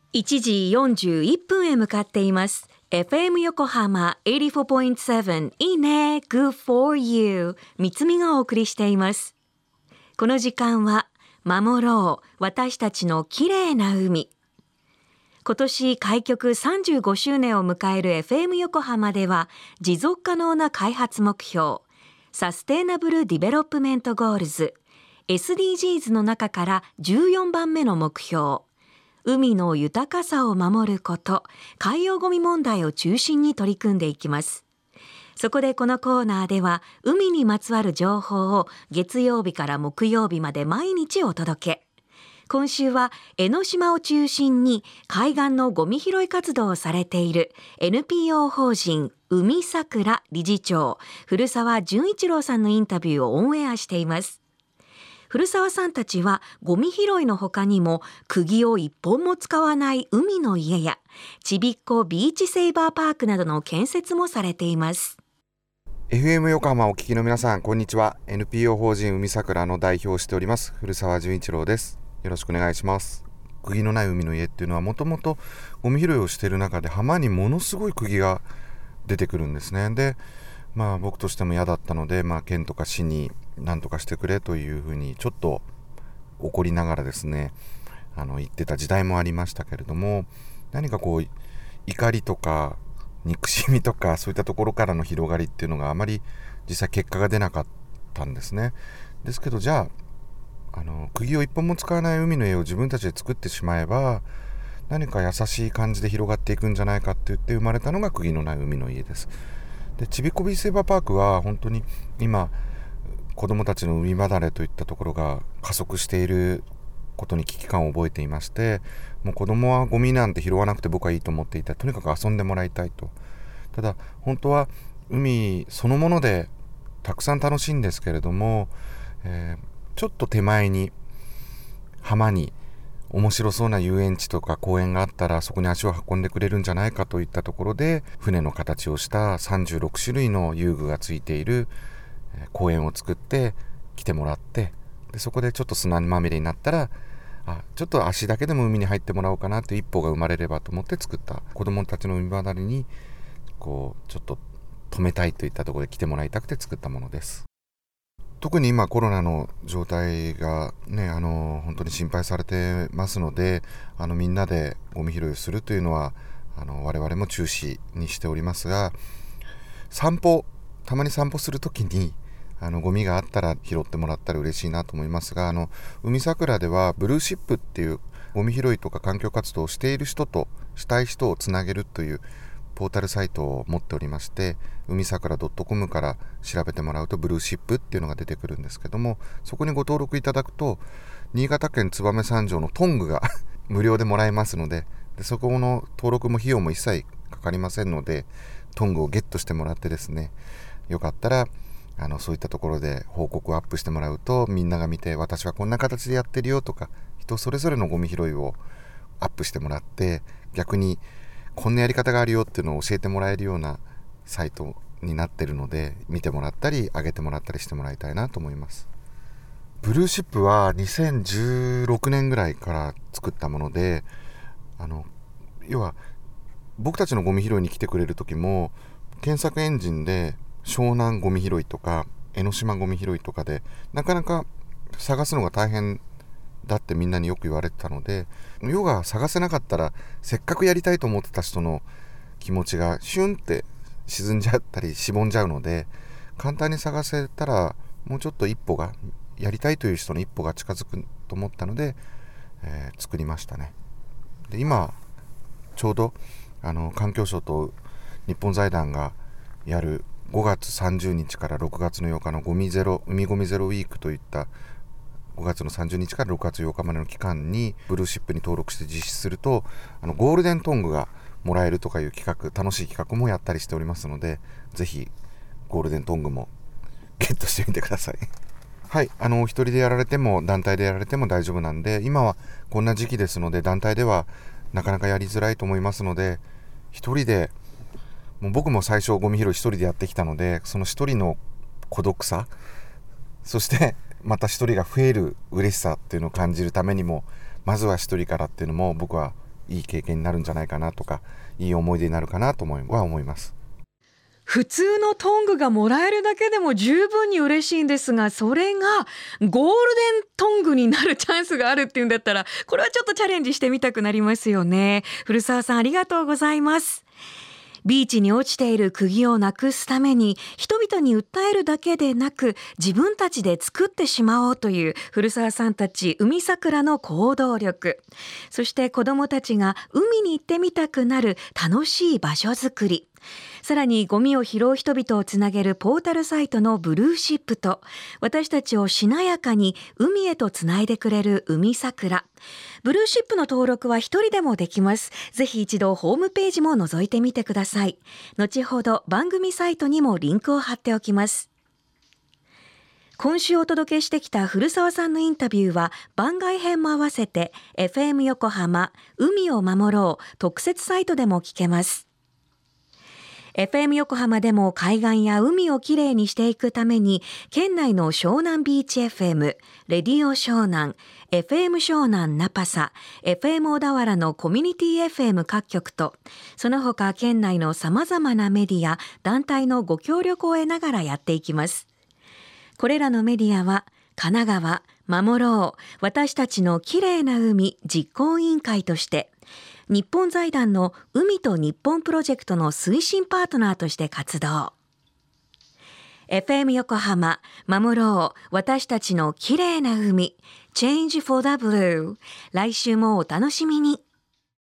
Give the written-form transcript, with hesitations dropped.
1時41分へ向かっています。FM 横浜 84.7 いいね Good for you 三つみがお送りしています。この時間は守ろう私たちの綺麗な海。今年開局35周年を迎える FM 横浜では持続可能な開発目標サステイナブルディベロップメントゴールズ SDGs の中から14番目の目標海の豊かさを守ること、海洋ゴミ問題を中心に取り組んでいきます。そこでこのコーナーでは、海にまつわる情報を月曜日から木曜日まで毎日お届け。今週は江ノ島を中心に海岸のゴミ拾い活動をされている NPO 法人海さくら理事長、古澤純一郎さんのインタビューをオンエアしています。古澤さんたちはゴミ拾いの他にも釘を一本も使わない海の家やちびっこビーチセイバーパークなどの建設もされています。 FM 横浜お聞きの皆さんこんにちは。 NPO 法人海さくらの代表をしております古澤純一郎です。よろしくお願いします。釘のない海の家っていうのはもともとゴミ拾いをしている中で浜にものすごい釘が出てくるんですね。で僕としても嫌だったので、県とか市に何とかしてくれというふうにちょっと怒りながらですね言ってた時代もありましたけれども、何か怒りとか憎しみとかそういったところからの広がりっていうのがあまり実際結果が出なかったんですね。ですけどじゃあ釘を一本も使わない海の家を自分たちで作ってしまえば何か優しい感じで広がっていくんじゃないかって言って生まれたのが釘のない海の家です。でちびっこビーチセーバーパークは本当に今子どもたちの海離れといったところが加速していることに危機感を覚えていまして、もう子どもはゴミなんて拾わなくて僕はいいと思っていた。とにかく遊んでもらいたいと。ただ本当は海そのものでたくさん楽しいんですけれども、ちょっと手前に浜に面白そうな遊園地とか公園があったらそこに足を運んでくれるんじゃないかといったところで船の形をした36種類の遊具がついている公園を作って来てもらって、でそこでちょっと砂まみれになったらちょっと足だけでも海に入ってもらおうかなという一歩が生まれればと思って作った、子どもたちの海離れにちょっと止めたいといったところで来てもらいたくて作ったものです。特に今コロナの状態がね本当に心配されてますのでみんなでゴミ拾いをするというのは我々も中止にしておりますが、たまに散歩するときにゴミがあったら拾ってもらったら嬉しいなと思いますが、海さくらではブルーシップっていうゴミ拾いとか環境活動をしている人としたい人をつなげるというポータルサイトを持っておりまして、海さくら .com から調べてもらうとブルーシップっていうのが出てくるんですけども、そこにご登録いただくと新潟県燕三条のトングが無料でもらえますので、そこの登録も費用も一切かかりませんので、トングをゲットしてもらってですね、よかったらそういったところで報告をアップしてもらうと、みんなが見て私はこんな形でやってるよとか、人それぞれのゴミ拾いをアップしてもらって、逆にこんなやり方があるよっていうのを教えてもらえるようなサイトになってるので、見てもらったり上げてもらったりしてもらいたいなと思います。ブルーシップは2016年ぐらいから作ったもので、要は僕たちのゴミ拾いに来てくれる時も検索エンジンで湘南ゴミ拾いとか江ノ島ゴミ拾いとかでなかなか探すのが大変だってみんなによく言われてたので、要は探せなかったらせっかくやりたいと思ってた人の気持ちがシュンって沈んじゃったりしぼんじゃうので、簡単に探せたらもうちょっと一歩がやりたいという人の一歩が近づくと思ったので、作りましたね。で今ちょうど環境省と日本財団がやる5月30日から6月の8日の海ゴミゼロウィークといった5月の30日から6月8日までの期間にブルーシップに登録して実施するとゴールデントングがもらえるとかいう楽しい企画もやったりしておりますので、ぜひゴールデントングもゲットしてみてください。はい、一人でやられても団体でやられても大丈夫なんで、今はこんな時期ですので団体ではなかなかやりづらいと思いますので、一人でもう僕も最初ゴミ拾い一人でやってきたので、その一人の孤独さ、そしてまた一人が増える嬉しさっていうのを感じるためにも、まずは一人からっていうのも僕はいい経験になるんじゃないかなとか、いい思い出になるかなと思います。 普通のトングがもらえるだけでも十分に嬉しいんですが、それがゴールデントングになるチャンスがあるっていうんだったら、これはちょっとチャレンジしてみたくなりますよね。古澤さん、ありがとうございます。ビーチに落ちている釘をなくすために、人々に訴えるだけでなく自分たちで作ってしまおうという古澤さんたち海桜の行動力、そして子どもたちが海に行ってみたくなる楽しい場所づくり、さらにゴミを拾う人々をつなげるポータルサイトのブルーシップと、私たちをしなやかに海へとつないでくれる海桜。ブルーシップの登録は一人でもできます。ぜひ一度ホームページも覗いてみてください。後ほど番組サイトにもリンクを貼っておきます。今週お届けしてきた古澤さんのインタビューは番外編も合わせて FM 横浜海を守ろう特設サイトでも聞けます。FM 横浜でも海岸や海をきれいにしていくために、県内の湘南ビーチ FM、レディオ湘南、FM 湘南ナパサ、FM 小田原のコミュニティ FM 各局と、その他県内の様々なメディア、団体のご協力を得ながらやっていきます。これらのメディアは、神奈川、守ろう、私たちのきれいな海実行委員会として、日本財団の海と日本プロジェクトの推進パートナーとして活動。FM 横浜、守ろう、私たちのきれいな海、Change for the Blue。来週もお楽しみに。